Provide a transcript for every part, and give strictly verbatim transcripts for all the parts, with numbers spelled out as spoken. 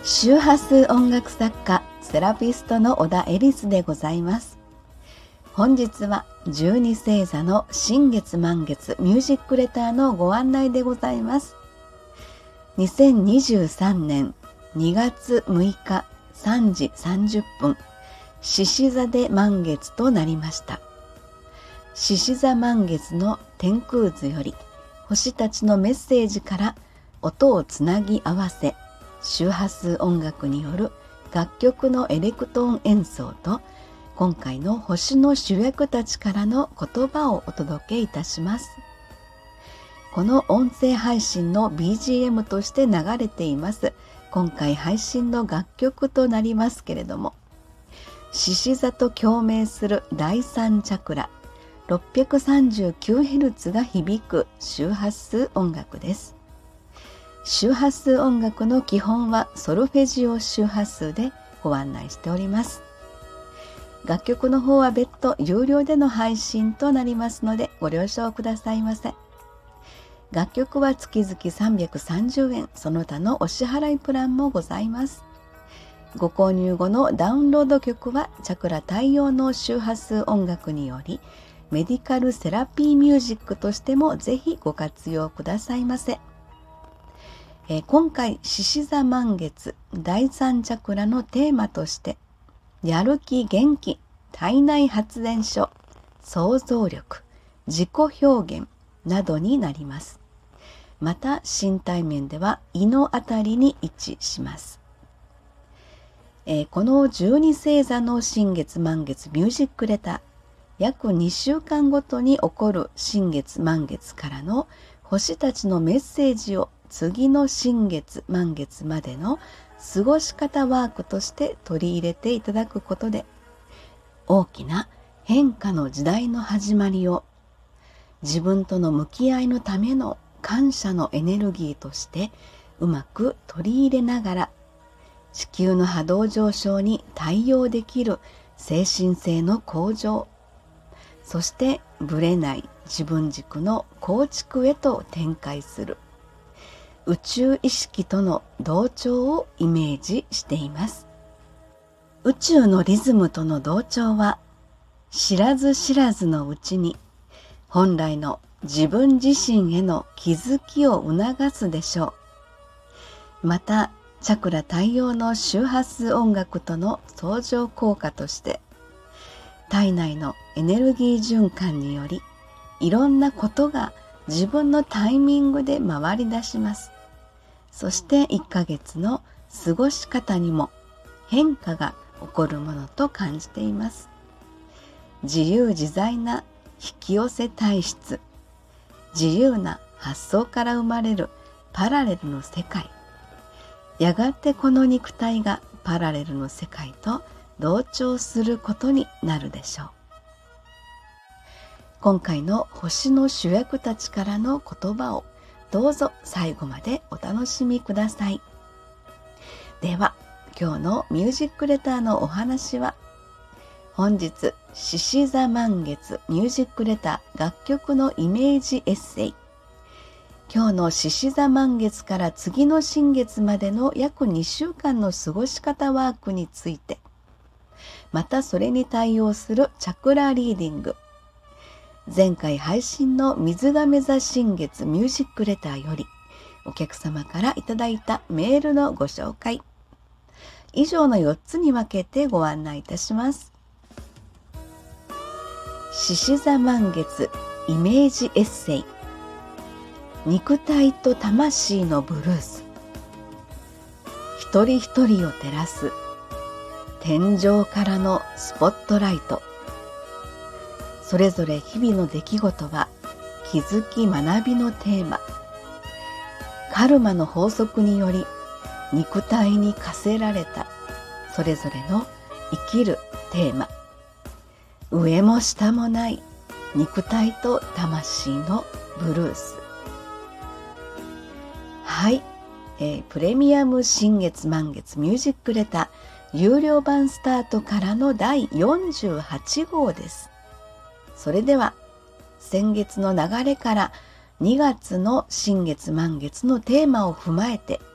周波数音楽作家セラピストの小田エリスでございます。本日はじゅうに星座の新月満月ミュージックレターのご案内でございます。にせんにじゅうさんねんにがつむいかさんじさんじゅっぷん、獅子座で満月となりました。獅子座満月の天空図より星たちのメッセージから音をつなぎ合わせ、周波数音楽による楽曲のエレクトーン演奏と今回の星の主役たちからの言葉をお届けいたします。この音声配信の ビージーエム として流れています今回配信の楽曲となりますけれども、獅子座と共鳴するだいさんチャクラ ろっぴゃくさんじゅうきゅうヘルツ が響く周波数音楽です。周波数音楽の基本はソルフェジオ周波数でご案内しております。楽曲の方は別途有料での配信となりますのでご了承くださいませ。楽曲は月々さんびゃくさんじゅうえん、その他のお支払いプランもございます。ご購入後のダウンロード曲はチャクラ対応の周波数音楽によりメディカルセラピーミュージックとしてもぜひご活用くださいませ。えー、今回獅子座満月だいさんチャクラのテーマとしてやる気元気体内発電所想像力自己表現などになります。また身体面では胃のあたりに位置します。えー、このじゅうに星座の新月満月ミュージックレター、約にしゅうかんごとに起こる新月満月からの星たちのメッセージを次の新月満月までの過ごし方ワークとして取り入れていただくことで、大きな変化の時代の始まりを自分との向き合いのための感謝のエネルギーとしてうまく取り入れながら、地球の波動上昇に対応できる精神性の向上、そしてぶれない自分軸の構築へと展開する宇宙意識との同調をイメージしています。宇宙のリズムとの同調は知らず知らずのうちに本来の自分自身への気づきを促すでしょう。またチャクラ対応の周波数音楽との相乗効果として体内のエネルギー循環によりいろんなことが自分のタイミングで回り出します。そしていっかげつの過ごし方にも変化が起こるものと感じています。自由自在な引き寄せ体質、自由な発想から生まれるパラレルの世界、やがてこの肉体がパラレルの世界と同調することになるでしょう。今回の星の主役たちからの言葉をどうぞ最後までお楽しみください。では今日のミュージックレターのお話は、本日獅子座満月ミュージックレター楽曲のイメージエッセイ、今日の獅子座満月から次の新月までの約にしゅうかんの過ごし方ワークについて、またそれに対応するチャクラリーディング、前回配信の水亀座新月ミュージックレターよりお客様からいただいたメールのご紹介、以上のよっつに分けてご案内いたします。獅子座満月イメージエッセイ、肉体と魂のブルース、一人一人を照らす天井からのスポットライト、それぞれ日々の出来事は気づき学びのテーマ、カルマの法則により肉体に課せられたそれぞれの生きるテーマ、上も下もない肉体と魂のブルース。はい、えー、プレミアム新月満月ミュージックレター有料版スタートからのだいよんじゅうはちごうです。それでは先月の流れからにがつの新月満月のテーマを踏まえて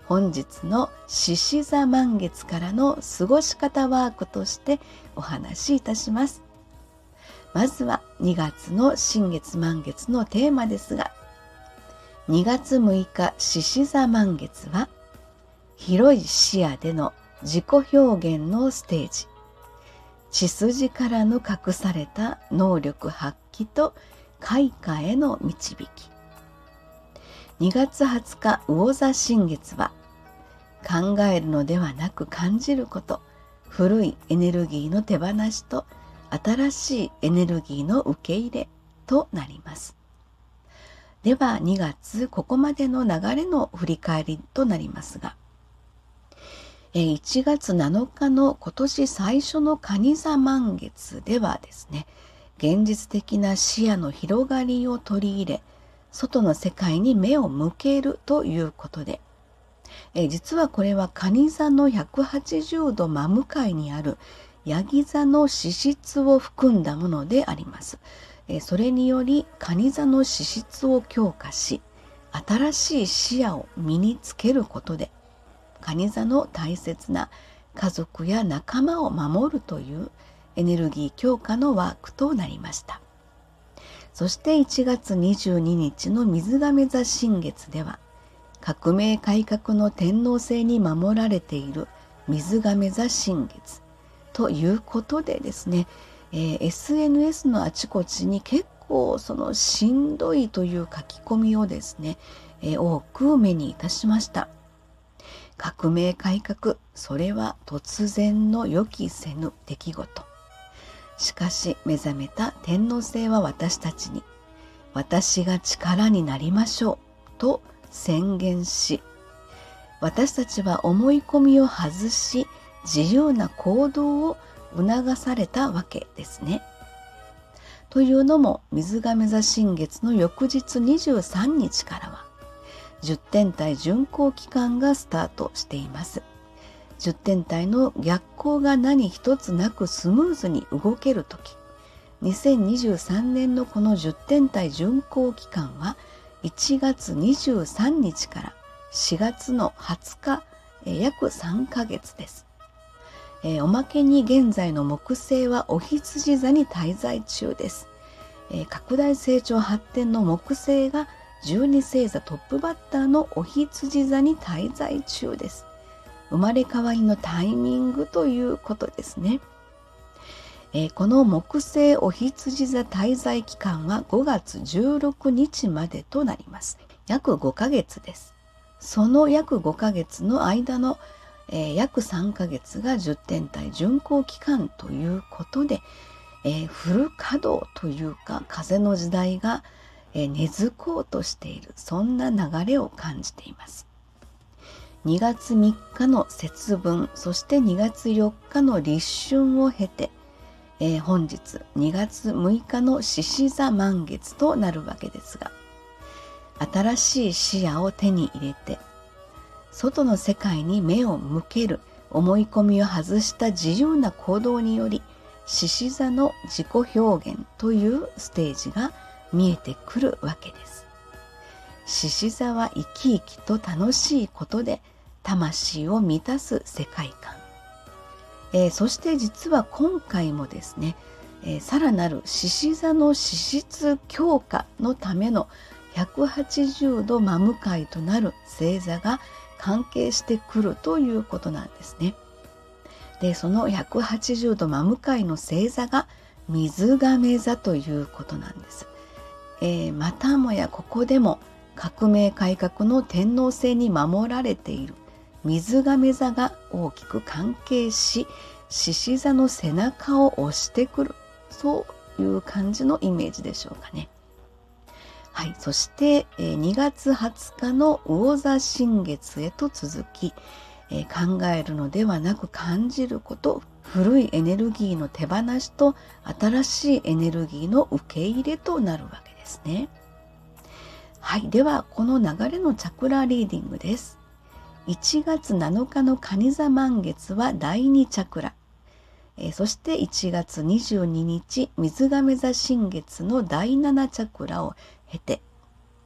本日の獅子座満月からの過ごし方ワークとしてお話しいたします。まずはにがつの新月満月のテーマですが、にがつむいか獅子座満月は広い視野での自己表現のステージ、血筋からの隠された能力発揮と開花への導き。にがつはつか魚座新月は考えるのではなく感じること、古いエネルギーの手放しと新しいエネルギーの受け入れとなります。ではにがつここまでの流れの振り返りとなりますが、いちがつなのかの今年最初の蟹座満月ではですね、現実的な視野の広がりを取り入れ、外の世界に目を向けるということで、え実はこれは蟹座のひゃくはちじゅうど真向かいにあるヤギ座の資質を含んだものであります。えそれにより蟹座の資質を強化し、新しい視野を身につけることで、蟹座の大切な家族や仲間を守るというエネルギー強化のワークとなりました。そしていちがつにじゅうににちの水亀座新月では、革命改革の天皇制に守られている水亀座新月ということでですね、えー、エスエヌエス のあちこちに結構そのしんどいという書き込みをですね、えー、多く目にいたしました。革命改革、それは突然の予期せぬ出来事。しかし目覚めた天皇制は私たちに、私が力になりましょうと宣言し、私たちは思い込みを外し、自由な行動を促されたわけですね。というのも、水亀座新月の翌日にじゅうさんにちからは、じゅってん体巡行期間がスタートしています。じゅってん体の逆行が何一つなくスムーズに動けるとき、にせんにじゅうさんねんのこのじゅってん体巡行期間はいちがつにじゅうさんにちからしがつのはつか、え約さんかげつです。えー、おまけに現在の木星はお羊座に滞在中です。えー、拡大成長発展の木星がじゅうに星座トップバッターのお羊座に滞在中です。生まれ変わりのタイミングということですね。えー、この木星お羊座滞在期間はごがつじゅうろくにちまでとなります。約ごかげつです。その約ごかげつの間の、えー、約さんかげつがじゅってん体巡行期間ということで、えー、フル稼働というか風の時代が、えー、根付こうとしている、そんな流れを感じています。にがつみっかの節分、そしてにがつよっかの立春を経て、えー、本日にがつむいかの獅子座満月となるわけですが、新しい視野を手に入れて、外の世界に目を向ける思い込みを外した自由な行動により、獅子座の自己表現というステージが見えてくるわけです。獅子座は生き生きと楽しいことで魂を満たす世界観、えー、そして実は今回もですね、えー、さらなる獅子座の資質強化のためのひゃくはちじゅうど真向かいとなる星座が関係してくるということなんですね。で、そのひゃくはちじゅうど真向かいの星座が水亀座ということなんです。えー、またもやここでも革命改革の天皇制に守られている水亀座が大きく関係し、獅子座の背中を押してくる、そういう感じのイメージでしょうかね。はい、そしてにがつはつかの魚座新月へと続き、えー、考えるのではなく感じること、古いエネルギーの手放しと新しいエネルギーの受け入れとなるわけですね。はい、ではこの流れのチャクラリーディングです。いちがつなのかの蟹座満月はだいにチャクラ、えー、そしていちがつにじゅうににち水亀座新月のだいななチャクラを経て、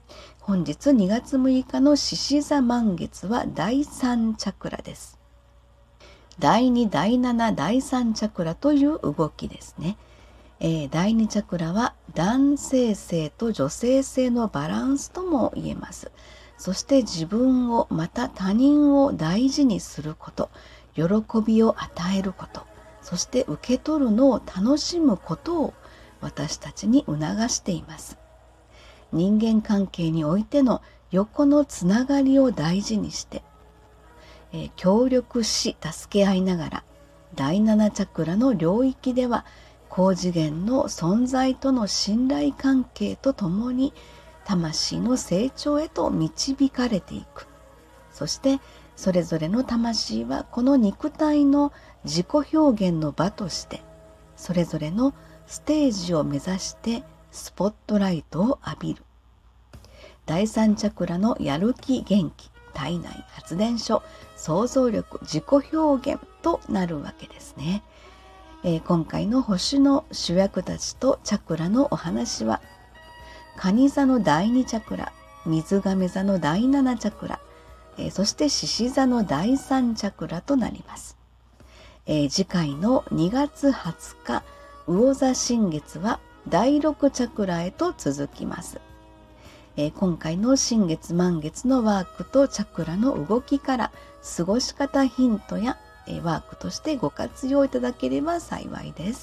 本日にがつむいかの獅子座満月はだいさんチャクラです。だいに、だいなな、だいさんチャクラという動きですね。えー、だいにチャクラは男性性と女性性のバランスとも言えます。そして自分をまた他人を大事にすること、喜びを与えること、そして受け取るのを楽しむことを私たちに促しています。人間関係においての横のつながりを大事にして、えー、協力し助け合いながら、だいななチャクラの領域では高次元の存在との信頼関係とともに魂の成長へと導かれていく。そしてそれぞれの魂はこの肉体の自己表現の場としてそれぞれのステージを目指してスポットライトを浴びる。だいさんチャクラのやる気元気、体内発電所、想像力、自己表現となるわけですね。えー、今回の星の主役たちとチャクラのお話は、蟹座のだいにチャクラ、水亀座のだいななチャクラ、えー、そして獅子座のだいさんチャクラとなります。えー、次回のにがつはつか、魚座新月はだいろくチャクラへと続きます。えー、今回の新月満月のワークとチャクラの動きから過ごし方ヒントや、えー、ワークとしてご活用いただければ幸いです。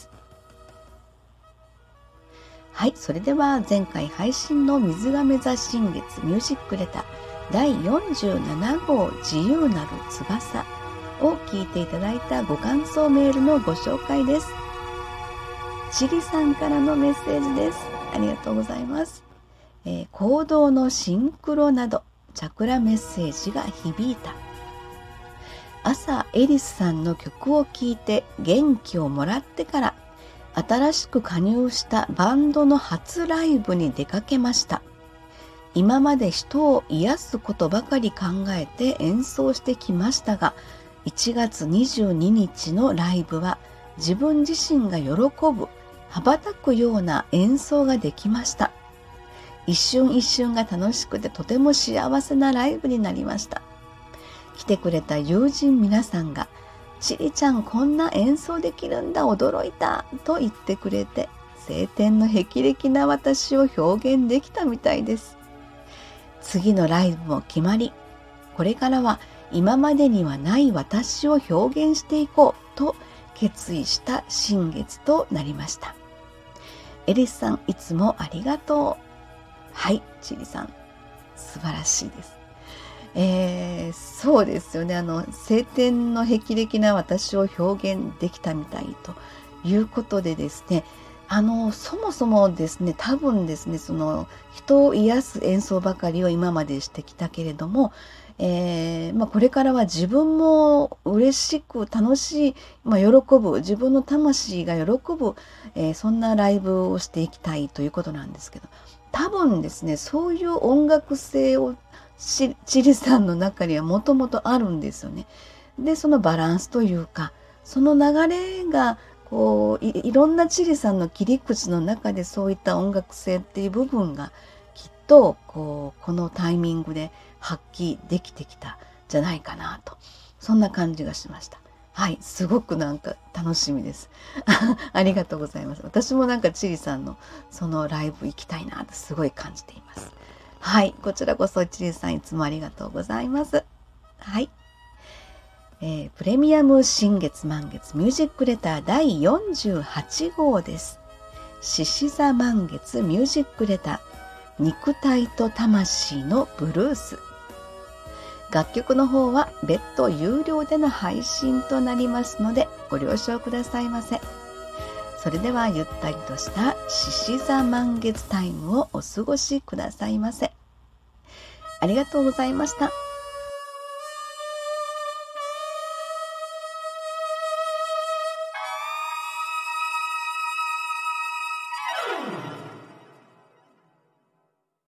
はい、それでは前回配信の水亀座新月ミュージックレターだいよんじゅうななごう自由なる翼を聞いていただいたご感想メールのご紹介です。チリさんからのメッセージです。ありがとうございます。えー、行動のシンクロなどチャクラメッセージが響いた。朝エリスさんの曲を聴いて元気をもらってから新しく加入したバンドの初ライブに出かけました。今まで人を癒すことばかり考えて演奏してきましたが、いちがつにじゅうににちのライブは自分自身が喜ぶ、羽ばたくような演奏ができました。一瞬一瞬が楽しくてとても幸せなライブになりました。来てくれた友人皆さんが、チリちゃんこんな演奏できるんだ、驚いたと言ってくれて、晴天の霹靂な私を表現できたみたいです。次のライブも決まり、これからは今までにはない私を表現していこうと決意した新月となりました。エリスさん、いつもありがとう。はい、チリさん、素晴らしいです。えー、そうですよね。あの晴天の霹靂な私を表現できたみたいということでですね、あのそもそもですね、多分ですね、その人を癒す演奏ばかりを今までしてきたけれども、えーまあ、これからは自分も嬉しく楽しい、まあ、喜ぶ、自分の魂が喜ぶ、えー、そんなライブをしていきたいということなんですけど、多分ですね、そういう音楽性をチリさんの中にはもともとあるんですよね。で、そのバランスというか、その流れがこう い, いろんなチリさんの切り口の中でそういった音楽性っていう部分がきっとこうこのタイミングで発揮できてきたんじゃないかなと、そんな感じがしました。はい、すごくなんか楽しみです。ありがとうございます。私もなんかチリさんのそのライブ行きたいなとすごい感じています。はい、こちらこそチリさんいつもありがとうございます。はい、えー、プレミアム新月満月ミュージックレターだいよんじゅうはちごうです。獅子座満月ミュージックレター、肉体と魂のブルース。楽曲の方は別途有料での配信となりますのでご了承くださいませ。それではゆったりとした獅子座満月タイムをお過ごしくださいませ。ありがとうございました。